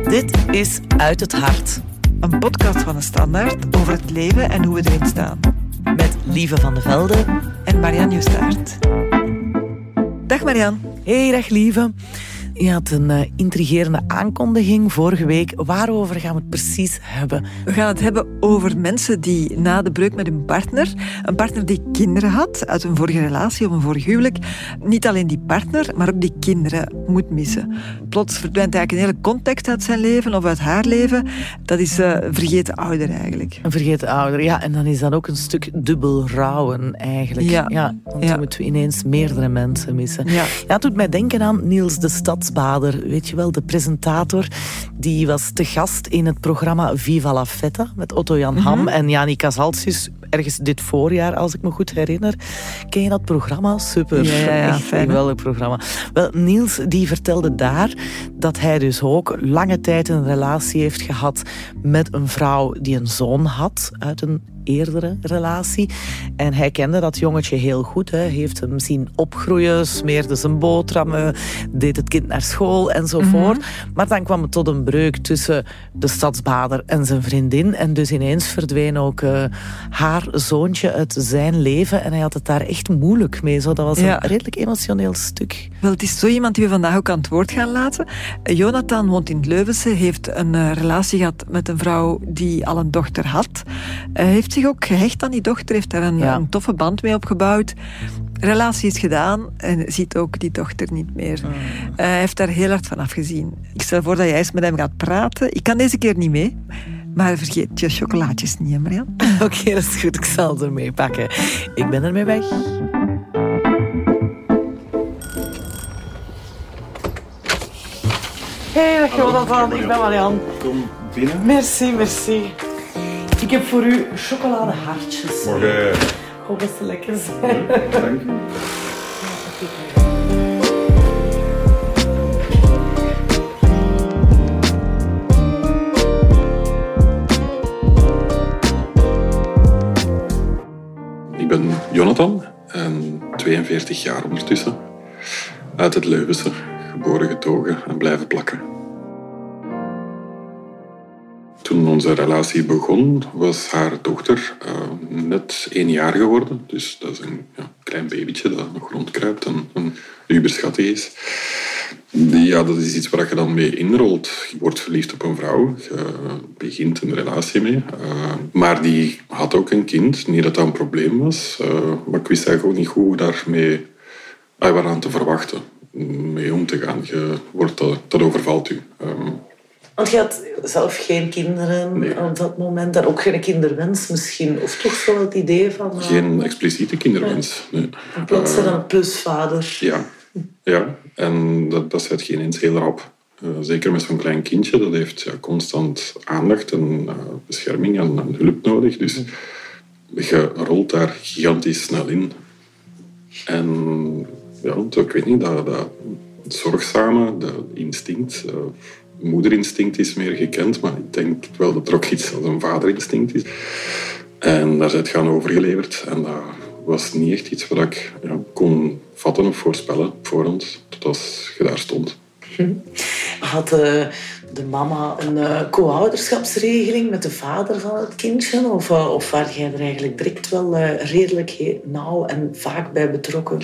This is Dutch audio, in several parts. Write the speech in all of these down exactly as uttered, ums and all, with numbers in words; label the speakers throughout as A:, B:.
A: Dit is Uit het Hart.
B: Een podcast van de Standaard over het leven en hoe we erin staan.
A: Met Lieve van de Velde
B: en Marianne Justaert. Dag Marianne.
A: Hey, dag Lieve. Je had een uh, intrigerende aankondiging vorige week. Waarover gaan we het precies hebben?
B: We gaan het hebben over mensen die na de breuk met hun partner, een partner die kinderen had uit een vorige relatie of een vorig huwelijk, niet alleen die partner, maar ook die kinderen moet missen. Plots verdwijnt eigenlijk een hele context uit zijn leven of uit haar leven. Dat is uh, een vergeten ouder eigenlijk.
A: Een vergeten ouder, ja. En dan is dat ook een stuk dubbel rouwen eigenlijk.
B: Ja.
A: ja want
B: ja.
A: dan moeten we ineens meerdere mensen missen.
B: Ja.
A: Ja, het doet mij denken aan Niels de Stadsbader. Weet je wel, de presentator. Die was te gast in het programma Viva la Feta met Otto-Jan mm-hmm. Ham en Janica Zaltjes. Ergens dit voorjaar, als ik me goed herinner. Ken je dat programma? Super.
B: Ja, ja, ja,
A: echt
B: fijn,
A: een geweldig programma. Wel, Niels die vertelde daar dat hij dus ook lange tijd een relatie heeft gehad met een vrouw die een zoon had uit een eerdere relatie. En hij kende dat jongetje heel goed. Hij heeft hem zien opgroeien, smeerde zijn boterhammen, deed het kind naar school enzovoort. Mm-hmm. Maar dan kwam het tot een breuk tussen de stadsbader en zijn vriendin. En dus ineens verdween ook uh, haar zoontje uit zijn leven. En hij had het daar echt moeilijk mee. Zo. Dat was
B: ja.
A: een redelijk emotioneel stuk.
B: Wel, het is zo iemand die we vandaag ook aan het woord gaan laten. Jonathan woont in het Leuvense, heeft een uh, relatie gehad met een vrouw die al een dochter had. Hij uh, heeft zich ook gehecht aan die dochter, heeft daar een, ja. een toffe band mee opgebouwd. Relatie is gedaan en ziet ook die dochter niet meer. Mm. Uh, hij heeft daar heel hard van afgezien. Ik stel voor dat jij eens met hem gaat praten. Ik kan deze keer niet mee, maar vergeet je chocolaatjes niet, hè, Marianne?
A: Oké, okay, dat is goed. Ik zal ze ermee pakken. Ik ben ermee weg. Hey, dag Jonathan. Ik ben Marianne.
C: Kom binnen.
A: Merci, merci. Ik heb voor u chocoladehartjes.
C: Morgen.
A: Ik hoop dat ze lekker zijn.
C: Ja, dank u. Ik ben Jonathan en tweeënveertig jaar ondertussen. Uit het Leuvense, geboren, getogen en blijven plakken. Toen onze relatie begon, was haar dochter uh, net één jaar geworden. Dus dat is een ja, klein babytje dat nog rondkruipt en, en uberschattig is. Ja, dat is iets waar je dan mee inrolt. Je wordt verliefd op een vrouw, je begint een relatie mee. Uh, maar die had ook een kind, niet dat dat een probleem was. Uh, maar ik wist eigenlijk ook niet goed hoe daarmee uh, waaraan te verwachten, mee om te gaan. Je wordt, dat, dat overvalt u. Uh,
A: Want je had zelf geen kinderen nee. op dat moment. En ook geen kinderwens misschien. Of toch zo het idee van... Uh...
C: Geen expliciete kinderwens. Nee.
A: En plots uh, een plusvader.
C: Ja, ja. En dat, dat zet je ineens heel rap. Uh, zeker met zo'n klein kindje. Dat heeft ja, constant aandacht en uh, bescherming en, en hulp nodig. Dus je rolt daar gigantisch snel in. En ja, ik weet niet, dat, dat zorgzame, dat instinct... Uh, moederinstinct is meer gekend, maar ik denk wel dat er ook iets als een vaderinstinct is. En daar zijn het gaan overgeleverd. En dat was niet echt iets wat ik ja, kon vatten of voorspellen op voorhand, tot als je daar stond.
A: Hm. Had uh, de mama een uh, co-ouderschapsregeling met de vader van het kindje? Of, uh, of waar jij er eigenlijk direct wel uh, redelijk nauw en vaak bij betrokken?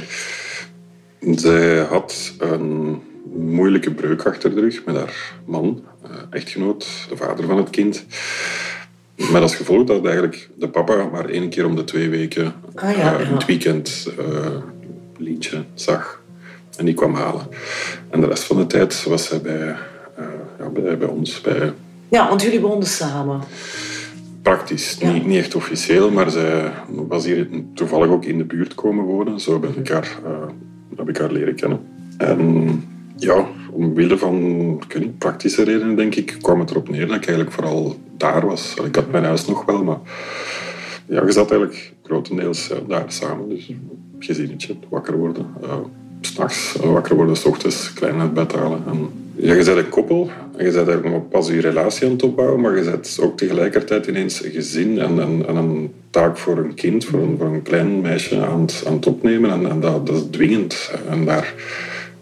C: Zij had een moeilijke breuk achter de rug met haar man, echtgenoot, de vader van het kind. Met als gevolg dat eigenlijk de papa maar één keer om de twee weken
A: ah, ja, ja.
C: uh, in het weekend uh, Lientje zag. En die kwam halen. En de rest van de tijd was zij bij, uh, ja, bij, bij ons. Bij...
A: Ja, want jullie woonden samen.
C: Praktisch,
A: ja.
C: niet, niet echt officieel, maar zij was hier toevallig ook in de buurt komen wonen. Zo ben ik haar, uh, heb ik haar leren kennen. En ja, omwille van ik weet niet, praktische redenen, denk ik, kwam het erop neer dat ik eigenlijk vooral daar was. Ik had mijn huis nog wel, maar ja, je zat eigenlijk grotendeels ja, daar samen. Dus gezinnetje, wakker worden. Uh, 's nachts uh, wakker worden, 's ochtends klein uit bed halen. En, ja, je bent een koppel en je bent eigenlijk nog pas je relatie aan het opbouwen, maar je bent ook tegelijkertijd ineens een gezin en, en, en een taak voor een kind, voor een, voor een klein meisje aan het, aan het opnemen. En, en dat, dat is dwingend. En daar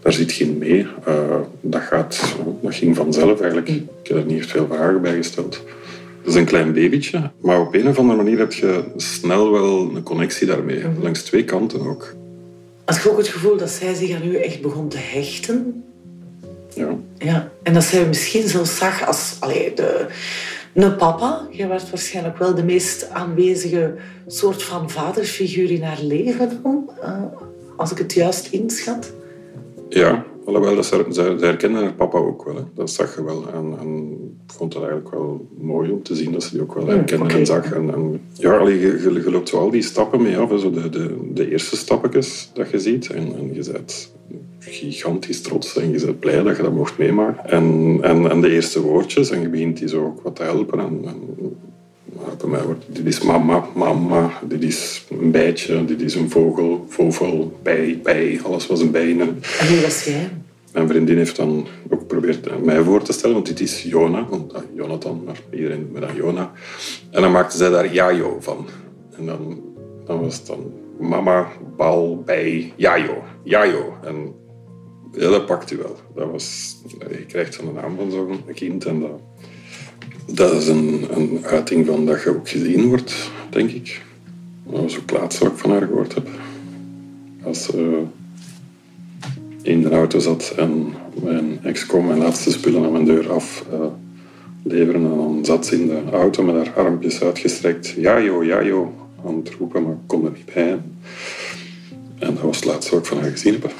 C: daar zit geen mee. Uh, dat, gaat, dat ging vanzelf eigenlijk. Ik heb er niet echt veel vragen bij gesteld. Dat is een klein babytje, maar op een of andere manier heb je snel wel een connectie daarmee. Mm-hmm. Langs twee kanten ook.
A: Had je ook het gevoel dat zij zich aan u echt begon te hechten?
C: Ja.
A: Ja. En dat zij misschien zo zag als allee, de, een papa. Je werd waarschijnlijk wel de meest aanwezige soort van vaderfiguur in haar leven dan, uh, als ik het juist inschat.
C: Ja, alhoewel, dat ze, ze herkende haar papa ook wel. Hè. Dat zag je wel. En, en ik vond het eigenlijk wel mooi om te zien dat ze die ook wel herkende mm, okay. en zag. En, en, ja, allee, je, je, je loopt zo al die stappen mee af. Zo de, de, de eerste stappetjes dat je ziet. En, en je bent gigantisch trots en je bent blij dat je dat mocht meemaken. En, en, en de eerste woordjes. En je begint die zo ook wat te helpen. En, en, bij mij wordt dit is mama, mama, dit is een bijtje, dit is een vogel, vogel, bij, bij, alles was een bij.
A: En wie was jij?
C: Mijn vriendin heeft dan ook geprobeerd mij voor te stellen, want dit is Jona, want, uh, Jonathan, maar iedereen noemt me dan Jona. En dan maakte zij daar Jajo van. En dan, dan was het dan mama, bal, bij, Jajo, Jajo. En ja, dat pakt u wel. Dat was, je krijgt zo'n naam van zo'n kind en dat... Dat is een, een uiting van dat je ook gezien wordt, denk ik. Dat was ook laatst wat ik van haar gehoord heb. Als ze in de auto zat en mijn ex kwam mijn laatste spullen aan mijn deur afleveren. Uh, en dan zat ze in de auto met haar armpjes uitgestrekt. Ja joh, ja joh, aan het roepen, maar ik kon er niet bij. En dat was het laatste wat ik van haar gezien heb.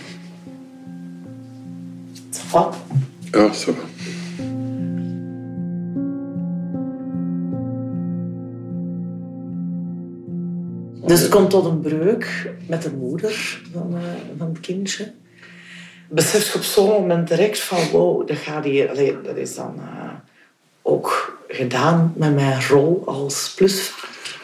A: Wat?
C: Ja, zo.
A: Dus het komt tot een breuk met de moeder van, uh, van het kindje. Besef je op zo'n moment direct van wow, dat gaat hier... Allee, dat is dan uh, ook gedaan met mijn rol als plusvader.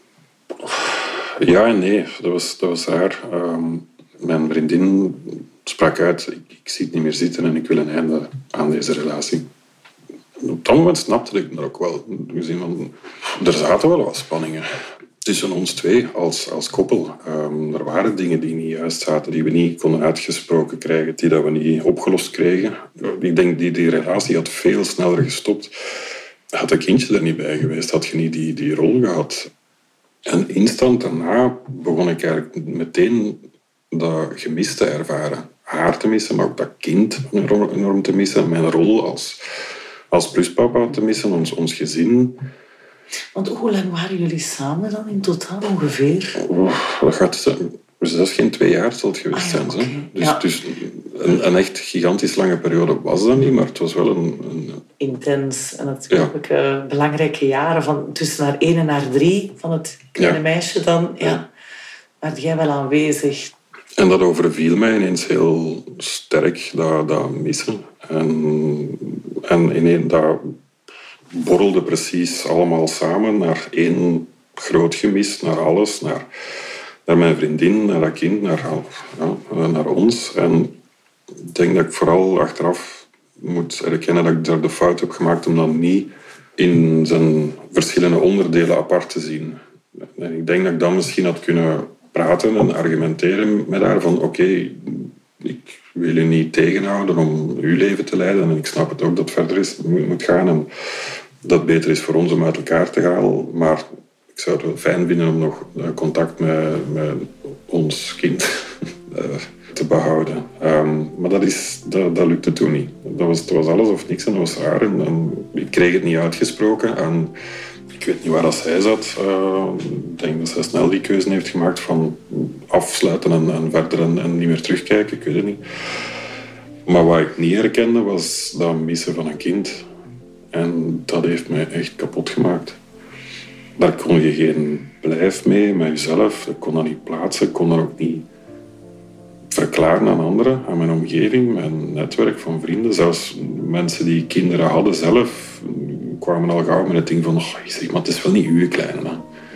C: Ja en nee, dat was, dat was raar. Um, mijn vriendin sprak uit, ik, ik zie het niet meer zitten en ik wil een einde aan deze relatie. Op dat moment snapte ik dat ook wel. Gezien van, er zaten wel wat spanningen tussen ons twee als, als koppel. Um, er waren dingen die niet juist zaten, die we niet konden uitgesproken krijgen, die dat we niet opgelost kregen. Ik denk die die relatie had veel sneller gestopt. Had dat kindje er niet bij geweest, had je niet die, die rol gehad. En instant daarna begon ik eigenlijk meteen dat gemis te ervaren. Haar te missen, maar ook dat kind enorm te missen. Mijn rol als, als pluspapa te missen, ons, ons gezin.
A: Want hoe lang waren jullie samen dan in totaal ongeveer?
C: Oh, dat gaat... Dus dat is geen twee jaar zal het geweest ah, ja, zijn. Okay. Dus, ja. dus een, een echt gigantisch lange periode was dat niet, maar het was wel een... een...
A: Intens en natuurlijk ja. uh, belangrijke jaren, van tussen haar één en haar drie, van het kleine ja. meisje dan, ja, ja. werd jij wel aanwezig.
C: En dat overviel mij ineens heel sterk, dat, dat missen. En, en ineens, dat borrelde precies allemaal samen naar één groot gemis, naar alles, naar... naar mijn vriendin, naar dat kind, naar, ja, naar ons. En ik denk dat ik vooral achteraf moet erkennen dat ik daar de fout heb gemaakt om dat niet in zijn verschillende onderdelen apart te zien. En ik denk dat ik dan misschien had kunnen praten en argumenteren met haar van oké, okay, ik wil je niet tegenhouden om uw leven te leiden en ik snap het ook dat het verder is, moet gaan en dat het beter is voor ons om uit elkaar te gaan, maar ik zou het wel fijn vinden om nog contact met, met ons kind te behouden. Um, maar dat, is, dat, dat lukte toen niet. Dat was, het was alles of niks en dat was raar. En, en ik kreeg het niet uitgesproken. En ik weet niet waar dat zij zat. Uh, ik denk dat zij snel die keuze heeft gemaakt van afsluiten en, en verder en, en niet meer terugkijken. Ik weet het niet. Maar wat ik niet herkende was dat missen van een kind. En dat heeft mij echt kapot gemaakt. Daar kon je geen blijf mee met jezelf. Ik kon dat niet plaatsen. Ik kon dat ook niet verklaren aan anderen, aan mijn omgeving, mijn netwerk van vrienden. Zelfs mensen die kinderen hadden zelf, kwamen al gauw met het ding van oh, zeg maar, het is wel niet uw kleine. Hè.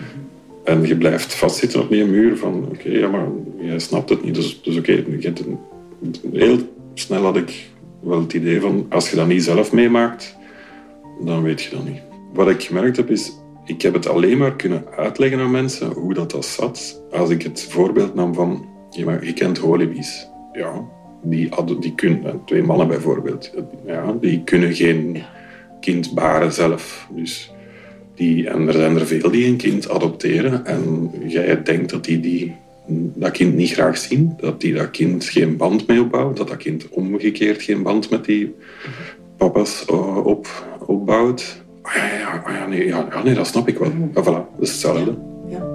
C: En je blijft vastzitten op die muur van oké, okay, ja, maar jij snapt het niet. Dus, dus oké, okay, heel snel had ik wel het idee van als je dat niet zelf meemaakt, dan weet je dat niet. Wat ik gemerkt heb is, ik heb het alleen maar kunnen uitleggen aan mensen hoe dat, dat zat. Als ik het voorbeeld nam van, ja, maar je kent holibies. Ja, die, die kunnen, twee mannen bijvoorbeeld, ja, die kunnen geen ja. kind baren zelf. Dus die, en er zijn er veel die een kind adopteren en jij denkt dat die, die dat kind niet graag zien, dat die dat kind geen band mee opbouwt, dat dat kind omgekeerd geen band met die papa's op, opbouwt. Ah ja, ja, ah ja, nee, ja, ja, nee, dat snap ik wel. Ja, voilà, dat is hetzelfde. Ja. Ja.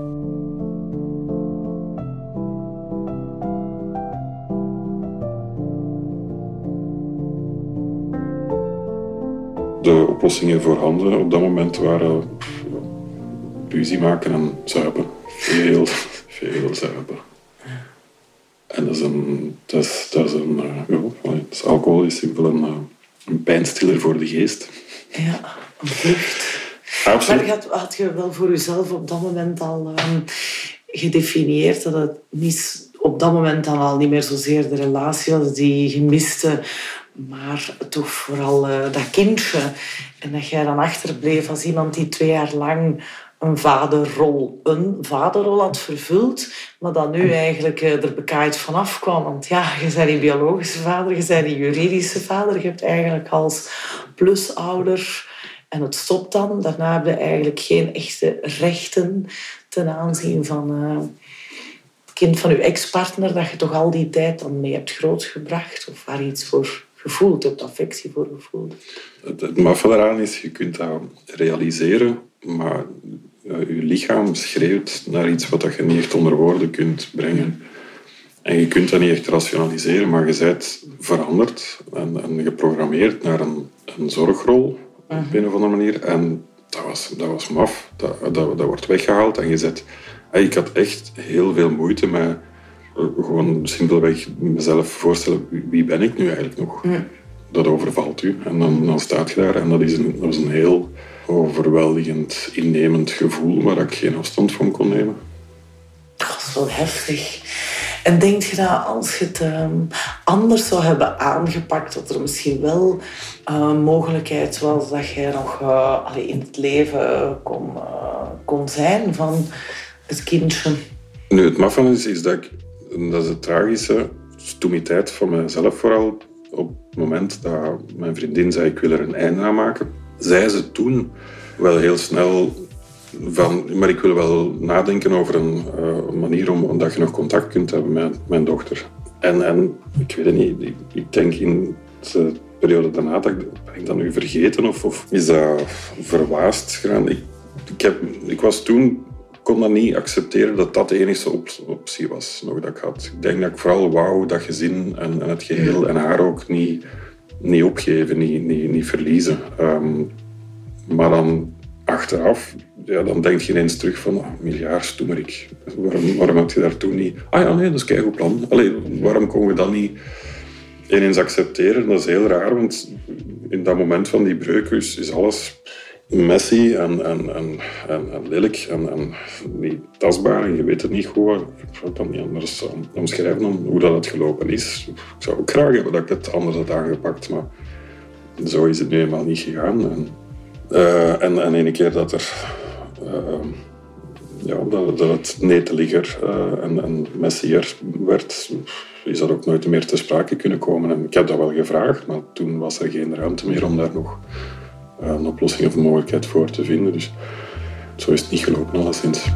C: De oplossingen voorhanden op dat moment waren ruzie maken en zuipen. Veel, veel zuipen. En dat is een... Dat is, dat is een uh, ja, dus alcohol is simpel een, uh, een pijnstiller voor de geest.
A: Ja, een vlucht.
C: Absoluut.
A: Maar had, had je wel voor jezelf op dat moment al um, gedefinieerd dat het niet, op dat moment dan al niet meer zozeer de relatie was die je miste, maar toch vooral uh, dat kindje. En dat jij dan achterbleef als iemand die twee jaar lang een vaderrol, een vaderrol had vervuld, maar dat nu eigenlijk uh, er bekaaid vanaf kwam. Want ja, je bent niet biologische vader, je bent niet juridische vader. Je hebt eigenlijk als plusouder en het stopt dan. Daarna heb je eigenlijk geen echte rechten ten aanzien van uh, het kind van je ex-partner dat je toch al die tijd dan mee hebt grootgebracht of waar je iets voor gevoeld hebt, affectie voor gevoeld.
C: Het, het maffe daaraan is, je kunt dat realiseren, maar uh, je lichaam schreeuwt naar iets wat je niet echt onder woorden kunt brengen. En je kunt dat niet echt rationaliseren, maar je bent veranderd en, en geprogrammeerd naar een, een zorgrol uh-huh. op een of andere manier. En dat was, dat was maf. Dat, dat, dat wordt weggehaald en je zet... Ik had echt heel veel moeite met gewoon simpelweg mezelf voorstellen, wie ben ik nu eigenlijk nog? Uh-huh. Dat overvalt u. En dan, dan staat je daar en dat is een, dat is een heel overweldigend, innemend gevoel waar ik geen afstand van kon nemen.
A: Dat is wel heftig. En denk je dat als je het um, anders zou hebben aangepakt, dat er misschien wel een uh, mogelijkheid was dat jij nog uh, allee, in het leven kon, uh, kon zijn van het kindje?
C: Nu, het maf van is, is dat ik, dat is de tragische stoemiteit van mezelf vooral. Op het moment dat mijn vriendin zei, ik wil er een einde aan maken, zei ze toen wel heel snel van, maar ik wil wel nadenken over een uh, manier om, omdat je nog contact kunt hebben met mijn dochter. En, en ik weet het niet, ik, ik denk in de periode daarna, dat ik, ben ik dat nu vergeten of, of is dat verwaasd gegaan? Ik, ik, heb, ik was toen, kon dat niet accepteren dat dat de enige op, optie was nog dat ik had. Ik denk dat ik vooral wou dat gezin en, en het geheel en haar ook niet, niet opgeven, niet, niet, niet verliezen. Um, maar dan achteraf, ja, dan denk je ineens terug van, oh, miljard stoemerik. Waarom, waarom had je daar toen niet... Ah ja, nee, dat is een keigoed plan. Allee, waarom kon je dat niet ineens accepteren? Dat is heel raar, want in dat moment van die breuk is, is alles messy en, en, en, en, en lelijk en, en niet tastbaar. En je weet het niet goed. Ik zou het dan niet anders omschrijven dan hoe dat het gelopen is. Ik zou ook graag hebben dat ik het anders had aangepakt, maar zo is het nu eenmaal niet gegaan. En, Uh, en, en ene keer dat er uh, ja, dat, dat het neteliger uh, en, en messier werd, is dat ook nooit meer te sprake kunnen komen. En ik heb dat wel gevraagd, maar toen was er geen ruimte meer om daar nog uh, een oplossing of een mogelijkheid voor te vinden. Dus zo is het niet gelopen alleszins.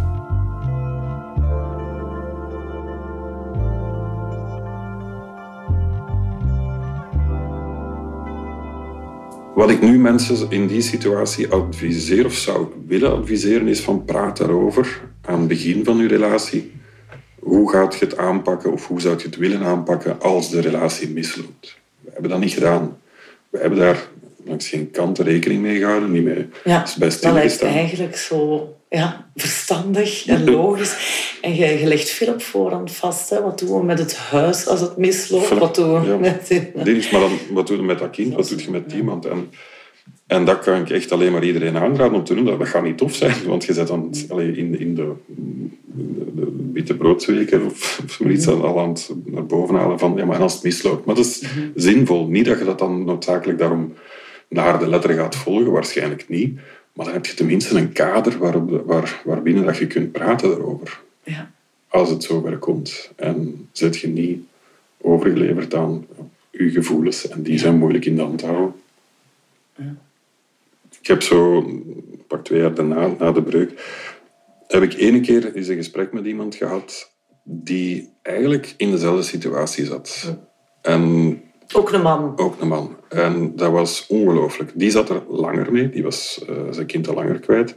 C: Wat ik nu mensen in die situatie adviseer of zou willen adviseren is van praat daarover aan het begin van je relatie. Hoe gaat je het aanpakken of hoe zou je het willen aanpakken als de relatie misloopt? We hebben dat niet gedaan. We hebben daar langs geen kant rekening mee gehouden, niet mee
A: ja,
C: bij stilgestaan.
A: Dat lijkt eigenlijk zo ja, verstandig en logisch. En je, je legt veel op voorhand vast. Hè. Wat doen we met het huis als het misloopt? Wat doen we ja. met...
C: Dit is, maar dan, wat doe je met dat kind? Wat doe je met iemand? En, en dat kan ik echt alleen maar iedereen aanraden om te doen. Dat, dat gaat niet tof zijn, want je zit dan allee, in, in de, de, de witte broodsweken of, of iets mm-hmm. al aan het naar boven halen van ja, maar als het misloopt. Maar dat is mm-hmm. zinvol. Niet dat je dat dan noodzakelijk daarom naar de letter gaat volgen, waarschijnlijk niet. Maar dan heb je tenminste een kader waarop, waar, waarbinnen dat je kunt praten daarover.
A: Ja.
C: Als het zover komt. En zet je niet overgeleverd aan uw gevoelens. En die zijn moeilijk in de hand te houden.
A: Ja.
C: Ik heb zo, pak twee jaar daarna, na de breuk, heb ik ene keer eens een gesprek met iemand gehad die eigenlijk in dezelfde situatie zat. Ja. En
A: ook een man.
C: Ook een man. En dat was ongelooflijk. Die zat er langer mee. Die was uh, zijn kind al langer kwijt.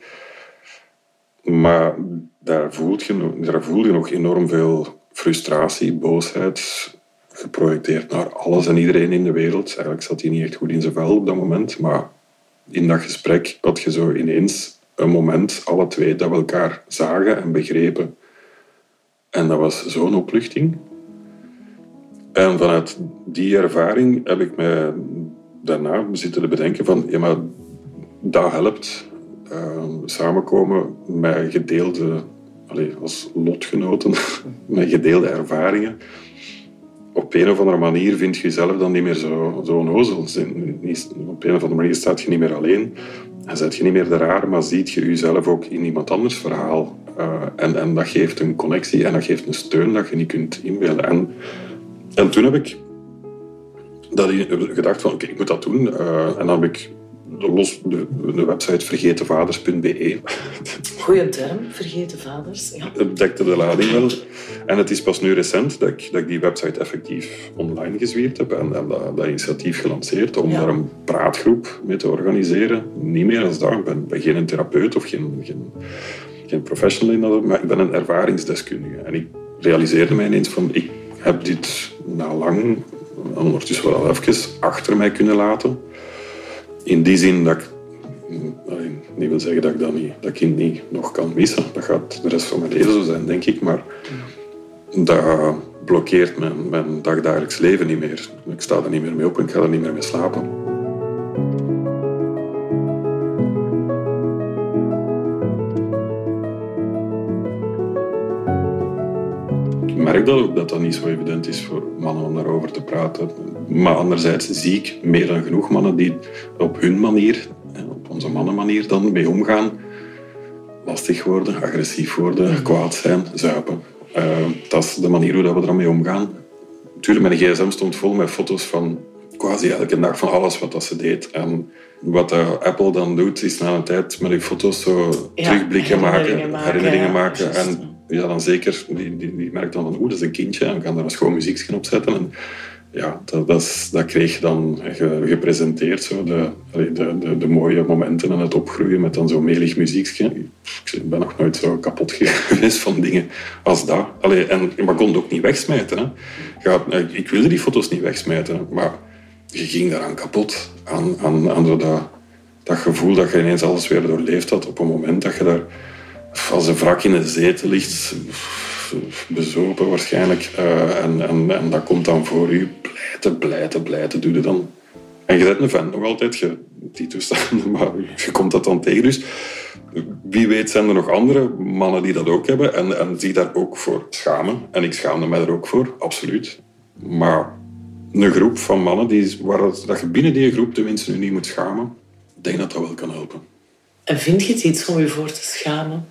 C: Maar daar voelde je, daar voelde je nog enorm veel frustratie, boosheid, geprojecteerd naar alles en iedereen in de wereld. Eigenlijk zat hij niet echt goed in zijn vel op dat moment. Maar in dat gesprek had je zo ineens een moment, alle twee, dat we elkaar zagen en begrepen. En dat was zo'n opluchting. En vanuit die ervaring heb ik mij daarna zitten te bedenken van, ja, maar dat helpt. Uh, samenkomen met gedeelde, allez, als lotgenoten, met gedeelde ervaringen. Op een of andere manier vind je jezelf dan niet meer zo, zo onnozel. Op een of andere manier staat je niet meer alleen. En zet je niet meer de raar, maar ziet je jezelf ook in iemand anders verhaal. Uh, en, en dat geeft een connectie en dat geeft een steun dat je niet kunt inbeelden. En, en toen heb ik dat gedacht van, oké, okay, ik moet dat doen. Uh, en dan heb ik los de, de website vergeten vaders punt be.
A: Goeie term, vergeten vaders. Ja.
C: Het dekte de lading wel. En het is pas nu recent dat ik, dat ik die website effectief online gezwierd heb en, en dat, dat initiatief gelanceerd om ja. daar een praatgroep mee te organiseren. Niet meer als dat. Ik ben, ben geen therapeut of geen, geen, geen professional in dat, maar ik ben een ervaringsdeskundige. En ik realiseerde mij ineens van, ik heb dit na lang, ondertussen wel al even, achter mij kunnen laten. In die zin dat ik niet wil zeggen dat ik dat, niet, dat kind niet nog kan missen. Dat gaat de rest van mijn leven zo zijn, denk ik. Maar dat blokkeert mijn, mijn dagdagelijks leven niet meer. Ik sta er niet meer mee op en ik ga er niet meer mee slapen. Ik merk dat ook dat dat niet zo evident is voor mannen om daarover te praten. Maar anderzijds zie ik meer dan genoeg mannen die op hun manier, op onze mannenmanier dan mee omgaan, lastig worden, agressief worden, kwaad zijn, zuipen. Uh, dat is de manier hoe we er mee omgaan. Natuurlijk, mijn gsm stond vol met foto's van quasi elke dag van alles wat dat ze deed. En wat uh, Apple dan doet, is na een tijd met die foto's zo ja, terugblikken
A: herinneringen
C: maken,
A: maken,
C: herinneringen
A: ja,
C: maken.
A: just.
C: En ja, dan zeker, die, die, die merkt dan van, oeh, dat is een kindje, en kan daar een schoon muziekje op zetten. En ja, dat, dat, is, dat kreeg je dan gepresenteerd, zo, de, de, de, de mooie momenten en het opgroeien met dan zo'n melig muziekje. Ik ben nog nooit zo kapot geweest van dingen als dat. Allee, en, maar ik kon het ook niet wegsmijten. Hè. Ja, ik wilde die foto's niet wegsmijten, maar je ging daaraan kapot. Aan, aan, aan zo dat, dat gevoel dat je ineens alles weer doorleefd had op een moment dat je daar als een wrak in een zetel ligt, bezopen waarschijnlijk. Uh, en, en, en dat komt dan voor u. Blijten, blijten, blijten doe je dan. En je bent een fan nog altijd, je, die toestanden, maar je komt dat dan tegen. Dus wie weet zijn er nog andere mannen die dat ook hebben en, en zich daar ook voor schamen. En ik schaamde mij er ook voor, absoluut. Maar een groep van mannen, die, waar dat, dat je binnen die groep tenminste nu niet moet schamen, ik denk dat dat wel kan helpen.
A: En vind je het iets om je voor te schamen?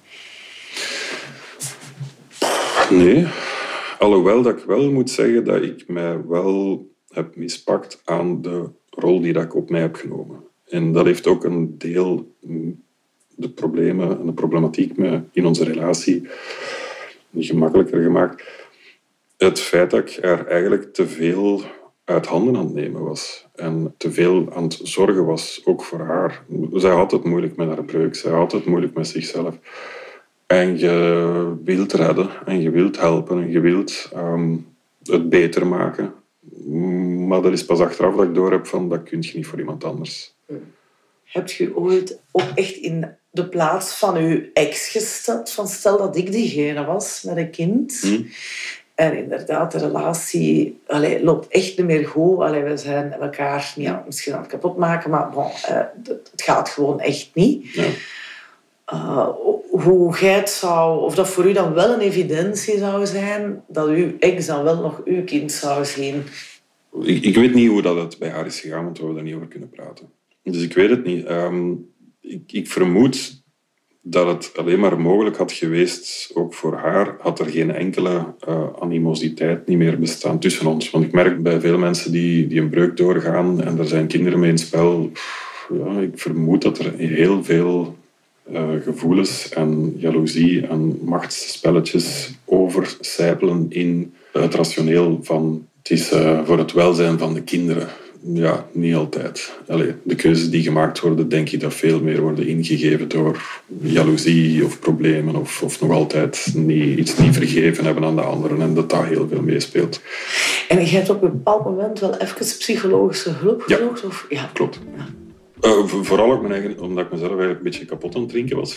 C: Nee, alhoewel dat ik wel moet zeggen dat ik mij wel heb mispakt aan de rol die dat ik op mij heb genomen. En dat heeft ook een deel de problemen en de problematiek in onze relatie niet gemakkelijker gemaakt. Het feit dat ik er eigenlijk te veel uit handen aan het nemen was. En te veel aan het zorgen was, ook voor haar. Zij had het moeilijk met haar breuk. Zij had het moeilijk met zichzelf. En je wilt redden. En je wilt helpen. En je wilt um, het beter maken. Maar dat is pas achteraf dat ik door heb van, dat kun je niet voor iemand anders.
A: Heb je ooit ook echt in de plaats van je ex gesteld? Van stel dat ik diegene was met een kind... Hmm. En inderdaad, de relatie allee, loopt echt niet meer goed. Allee, we zijn elkaar niet ja, misschien aan het kapot maken, maar bon, uh, het gaat gewoon echt niet. Ja. Uh, hoe jij het zou, of dat voor u dan wel een evidentie zou zijn dat uw ex dan wel nog uw kind zou zien?
C: Ik, ik weet niet hoe dat het bij haar is gegaan, want we daar niet over kunnen praten. Dus ik weet het niet. Um, ik, ik vermoed dat het alleen maar mogelijk had geweest, ook voor haar, had er geen enkele uh, animositeit niet meer bestaan tussen ons. Want ik merk bij veel mensen die, die een breuk doorgaan en er zijn kinderen mee in het spel, ja, ik vermoed dat er heel veel uh, gevoelens en jaloezie en machtsspelletjes overcijpelen in het rationeel van het is uh, voor het welzijn van de kinderen. Ja, niet altijd. Allee, de keuzes die gemaakt worden, denk ik dat veel meer worden ingegeven door jaloezie of problemen of, of nog altijd niet, iets niet vergeven hebben aan de anderen en dat dat heel veel meespeelt.
A: En je hebt op een bepaald moment wel even psychologische hulp gezocht?
C: Ja,
A: of? Ja,
C: klopt.
A: Ja.
C: Uh, vooral ook mijn eigen, omdat ik mezelf eigenlijk een beetje kapot aan het drinken was.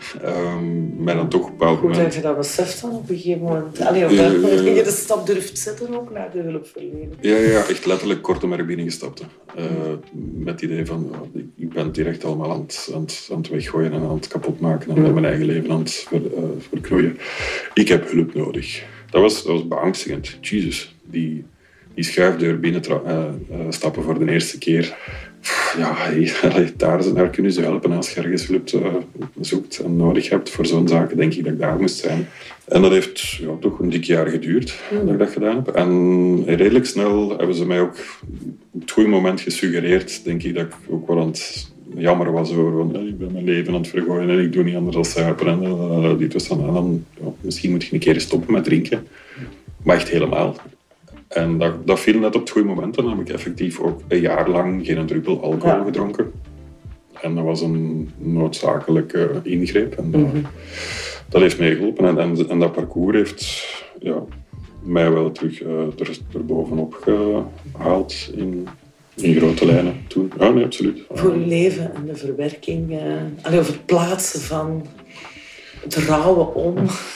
C: Um, maar dan toch op een bepaald
A: Goed
C: moment...
A: dat je dat beseft dan op een gegeven moment. Allee, of dat uh, je de stap durft zetten ook naar de hulpverlening.
C: Ja, ja, echt letterlijk kort om er binnengestapt. Uh, met het idee van, uh, ik ben het hier echt allemaal aan het, aan, het, aan het weggooien en aan het kapotmaken en mm. mijn eigen leven aan het ver, uh, verknoeien. Ik heb hulp nodig. Dat was, dat was beangstigend. Jezus, die, die schuifdeur binnen tra- uh, uh, stappen voor de eerste keer... Ja, hey, daar, daar kunnen ze helpen als je ergens hulp uh, zoekt en nodig hebt. Voor zo'n zaken denk ik dat ik daar moest zijn. En dat heeft ja, toch een dik jaar geduurd mm. dat ik dat gedaan heb. En redelijk snel hebben ze mij ook op het goede moment gesuggereerd, denk ik, dat ik ook wel aan het jammer was over van, hey, ik ben mijn leven aan het vergooien en ik doe niet anders dan suipen. En, uh, dit was dan, en dan ja, misschien moet je een keer stoppen met drinken. Maar echt helemaal. En dat, dat viel net op het goede moment. En dan heb ik effectief ook een jaar lang geen druppel alcohol ja. gedronken. En dat was een noodzakelijke ingreep. En dat, mm-hmm. dat heeft mij geholpen. En, en, en dat parcours heeft ja, mij wel terug uh, er, erbovenop gehaald in, in grote lijnen toen. Ja, nee, absoluut.
A: Voor uw leven en de verwerking. Uh, allee, of het plaatsen van het rouwen om.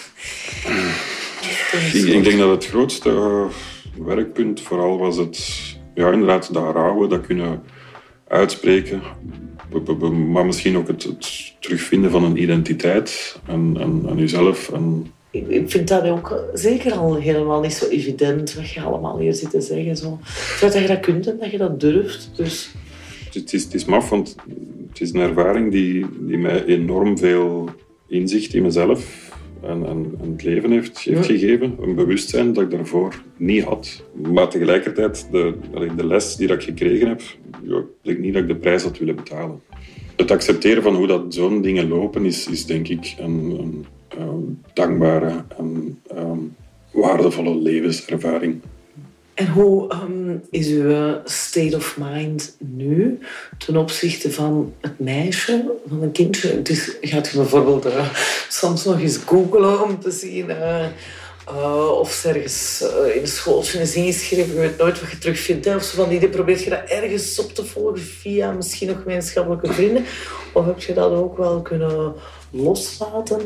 C: ik, ik denk dat het grootste... Uh, werkpunt vooral was het, ja, inderdaad, dat rouwen, dat kunnen uitspreken, maar misschien ook het, het terugvinden van een identiteit en, en, en jezelf. En...
A: Ik, ik vind dat ook zeker al helemaal niet zo evident, wat je allemaal hier zit te zeggen. Zo. Dat je dat kunt en dat je dat durft. Dus...
C: Het, is, het is maf, want het is een ervaring die, die mij enorm veel inzicht in mezelf En, en, en het leven heeft, heeft ja. gegeven. Een bewustzijn dat ik daarvoor niet had. Maar tegelijkertijd, de, de les die ik gekregen heb, ja, ik denk niet dat ik de prijs had willen betalen. Het accepteren van hoe dat zo'n dingen lopen is, is denk ik een, een, een dankbare en um, waardevolle levenservaring.
A: En hoe um, is uw state of mind nu ten opzichte van het meisje, van een kindje? Dus gaat je bijvoorbeeld uh, soms nog eens googlen om te zien uh, uh, of ze ergens uh, in een schooltje is ingeschreven, je weet nooit wat je terugvindt. Hè? Of zo van die, probeert je dat ergens op te volgen via misschien nog gemeenschappelijke vrienden? Of heb je dat ook wel kunnen loslaten?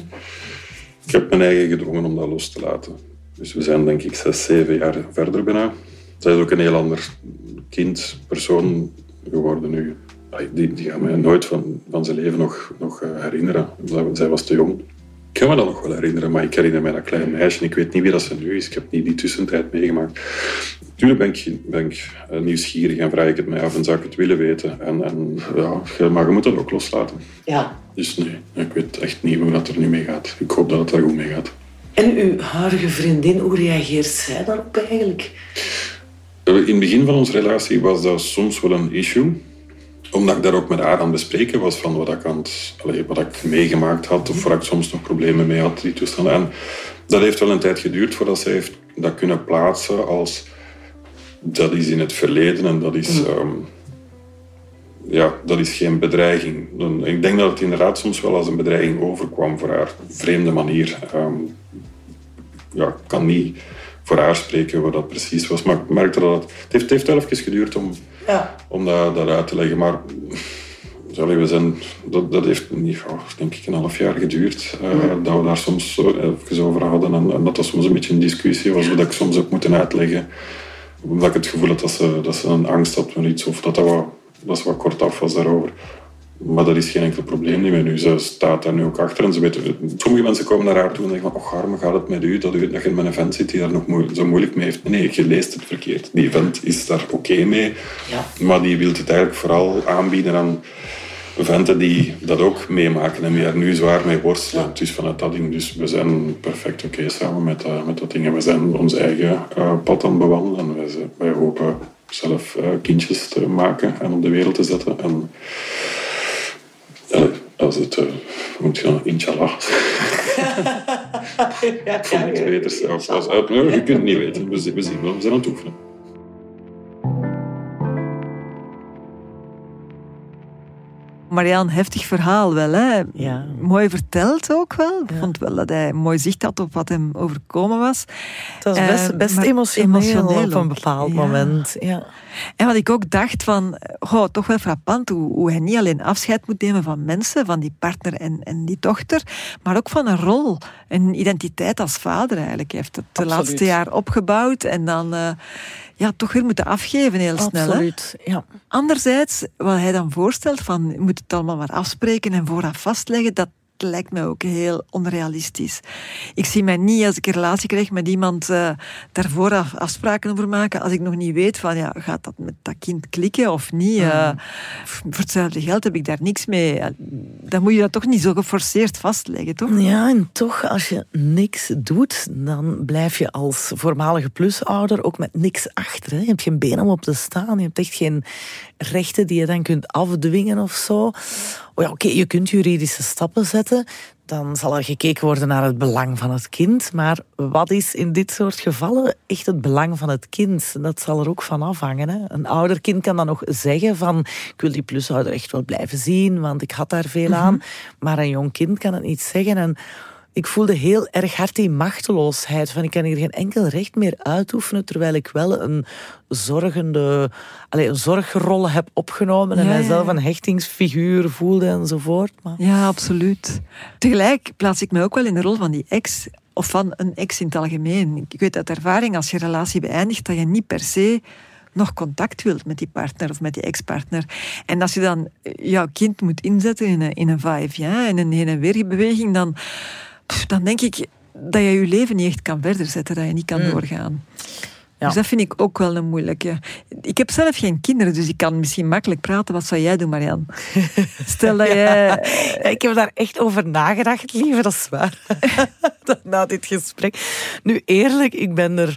C: Ik heb mijn eigen gedwongen om dat los te laten. Dus we zijn denk ik zes, zeven jaar verder bijna. Zij is ook een heel ander kind, persoon geworden nu. Die, die gaat mij nooit van, van zijn leven nog, nog herinneren. Zij was te jong. Ik kan me dat nog wel herinneren, maar ik herinner mij dat klein meisje. En ik weet niet wie dat ze nu is. Ik heb niet die tussentijd meegemaakt. Natuurlijk ben ik, ben ik nieuwsgierig en vraag ik het mij af en zou ik het willen weten. En, en, ja, maar je moet dat ook loslaten.
A: Ja.
C: Dus nee, ik weet echt niet hoe dat er nu mee gaat. Ik hoop dat het er goed mee gaat.
A: En uw huidige vriendin, hoe reageert zij daarop eigenlijk?
C: In het begin van onze relatie was dat soms wel een issue. Omdat ik daar ook met haar aan het bespreken was van wat ik, aan het, allez, wat ik meegemaakt had. Of waar ik soms nog problemen mee had, die toestanden. En dat heeft wel een tijd geduurd voordat zij heeft dat kunnen plaatsen als... Dat is in het verleden en dat is... Um, ja, dat is geen bedreiging. Ik denk dat het inderdaad soms wel als een bedreiging overkwam voor haar. Vreemde manier. Um, ja, ik kan niet voor haar spreken wat dat precies was. Maar ik merkte dat het... Het heeft, het heeft wel even geduurd om, ja. om dat, dat uit te leggen. Maar sorry, we zijn, dat, dat heeft oh, denk ik een half jaar geduurd. Uh, ja. Dat we daar soms even over hadden. En, en dat dat soms een beetje een discussie was. Wat ik soms ook moeten uitleggen. Omdat ik het gevoel had dat ze, dat ze een angst had van iets. Of dat dat wat... Dat is wat kortaf was daarover. Maar dat is geen enkel probleem niet meer nu. Ze staat daar nu ook achter. En ze weet, sommige mensen komen naar haar toe en zeggen van... Och, Harme, gaat het met u? Dat u dat je met een vent zit die daar nog mo- zo moeilijk mee heeft. Nee, je leest het verkeerd. Die vent is daar oké okay mee. Ja. Maar die wil het eigenlijk vooral aanbieden aan venten die dat ook meemaken en die er nu zwaar mee worstelen. Het is vanuit dat ding. Dus we zijn perfect oké okay samen met, uh, met dat ding. En we zijn ons eigen uh, pad aan het bewandelen. Wij, wij hopen zelf uh, kindjes te maken en op de wereld te zetten. En uh, als het, uh, hoe moet je nou, inshallah.
A: ja,
C: Ik vond niks beters. Ja, als, als, uh, je kunt het niet weten. We, we zien wel, we zijn aan het oefenen.
B: Mariaan, heftig verhaal wel, hè?
A: Ja.
B: Mooi verteld ook wel. Ik
A: ja.
B: vond wel dat hij mooi zicht had op wat hem overkomen was.
A: Het was best, uh, best emotioneel, emotioneel op een bepaald ja. moment. Ja.
B: En wat ik ook dacht van, goh, toch wel frappant hoe, hoe hij niet alleen afscheid moet nemen van mensen, van die partner en, en die dochter, maar ook van een rol, een identiteit als vader eigenlijk. Hij heeft het de
A: Absoluut.
B: laatste jaar opgebouwd en dan uh, ja, toch weer moeten afgeven heel snel.
A: Absoluut, hè? Ja.
B: Anderzijds, wat hij dan voorstelt van, je moet het allemaal maar afspreken en vooraf vastleggen, dat lijkt mij ook heel onrealistisch. Ik zie mij niet, als ik een relatie krijg met iemand, uh, daarvoor af, afspraken over maken, als ik nog niet weet van, ja, gaat dat met dat kind klikken of niet? Mm. Uh, voor hetzelfde geld heb ik daar niks mee. Dan moet je dat toch niet zo geforceerd vastleggen, toch?
A: Ja, en toch, als je niks doet, dan blijf je als voormalige plusouder ook met niks achter. Hè. Je hebt geen been om op te staan, je hebt echt geen rechten die je dan kunt afdwingen of zo. Oh ja, oké, okay, je kunt juridische stappen zetten. Dan zal er gekeken worden naar het belang van het kind. Maar wat is in dit soort gevallen echt het belang van het kind? Dat zal er ook van afhangen. Hè? Een ouder kind kan dan nog zeggen van, ik wil die plusouder echt wel blijven zien, want ik had daar veel aan. Mm-hmm. Maar een jong kind kan het niet zeggen. En ik voelde heel erg hard die machteloosheid. Van ik kan hier geen enkel recht meer uitoefenen, terwijl ik wel een zorgende, allez, een zorgrol heb opgenomen en ja, mijzelf een hechtingsfiguur voelde enzovoort. Maar...
B: Ja, absoluut. Tegelijk plaats ik me ook wel in de rol van die ex, of van een ex in het algemeen. Ik weet uit ervaring, als je relatie beëindigt, dat je niet per se nog contact wilt met die partner of met die ex-partner. En als je dan jouw kind moet inzetten in een, in een va-et-vient, in een heen- en weerbeweging, dan... dan denk ik dat je je leven niet echt kan verder zetten, dat je niet kan mm. doorgaan. Ja. Dus dat vind ik ook wel een moeilijke. Ik heb zelf geen kinderen, dus ik kan misschien makkelijk praten. Wat zou jij doen, Mariaan? Stel dat jij...
A: Ja, ik heb daar echt over nagedacht, lieve, dat is waar. Na dit gesprek. Nu, eerlijk, ik ben er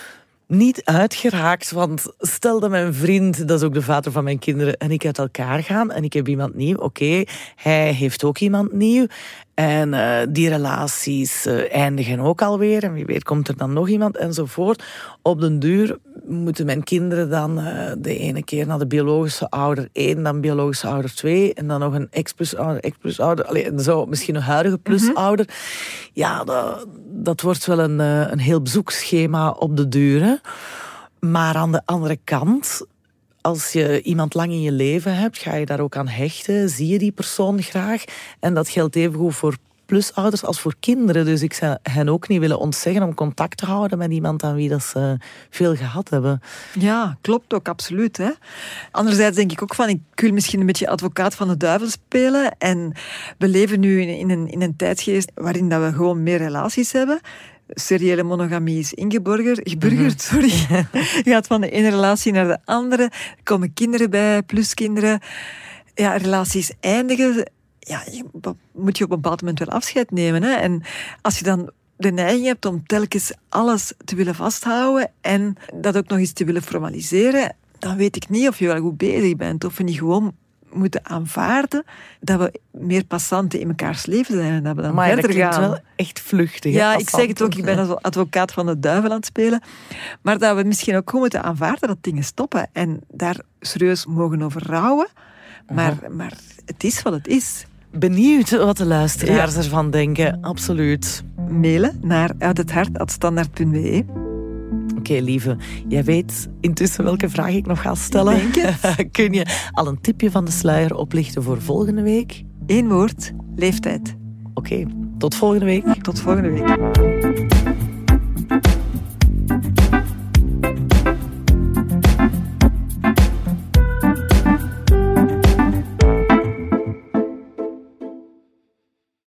A: niet uitgeraakt, want stel dat mijn vriend, dat is ook de vader van mijn kinderen, en ik uit elkaar gaan en ik heb iemand nieuw, oké, okay, hij heeft ook iemand nieuw en uh, die relaties uh, eindigen ook alweer en wie weet komt er dan nog iemand enzovoort. Op den duur moeten mijn kinderen dan uh, de ene keer naar de biologische ouder één, dan biologische ouder twee en dan nog een ex-plusouder, ex-plusouder, allee, en zo misschien een huidige plusouder. Mm-hmm. Ja, dat, dat wordt wel een, uh, een heel bezoekschema op de duur, hè. Maar aan de andere kant, als je iemand lang in je leven hebt, ga je daar ook aan hechten, zie je die persoon graag. En dat geldt evengoed voor plusouders als voor kinderen. Dus ik zou hen ook niet willen ontzeggen om contact te houden met iemand aan wie dat ze veel gehad hebben.
B: Ja, klopt ook, absoluut. Hè? Anderzijds denk ik ook van, ik wil misschien een beetje advocaat van de duivel spelen. En we leven nu in een, in een tijdsgeest waarin dat we gewoon meer relaties hebben. Seriële monogamie is ingeburgerd, geburgerd, mm-hmm. sorry. Je gaat van de ene relatie naar de andere. Er komen kinderen bij, plus kinderen. Ja, relaties eindigen. Ja, je, moet je op een bepaald moment wel afscheid nemen. Hè? En als je dan de neiging hebt om telkens alles te willen vasthouden en dat ook nog eens te willen formaliseren, dan weet ik niet of je wel goed bezig bent. Of we niet gewoon moeten aanvaarden dat we meer passanten in mekaars leven zijn en dat we dan
A: maar
B: verder
A: dat klinkt
B: gaan.
A: Wel echt vluchtig.
B: Ja, ik zeg het ook, ik ben als advocaat van de duivel aan het spelen. Maar dat we misschien ook gewoon moeten aanvaarden dat dingen stoppen en daar serieus mogen over rouwen. Maar, uh-huh. maar het is wat het is.
A: Benieuwd wat de luisteraars ja. ervan denken, absoluut.
B: Mailen naar uithethart@standaard punt be.
A: Oké, okay, lieve. Jij weet intussen welke vraag ik nog ga stellen.
B: Denk het.
A: Kun je al een tipje van de sluier oplichten voor volgende week?
B: Eén woord, leeftijd.
A: Oké, okay, tot volgende week.
B: Tot volgende week.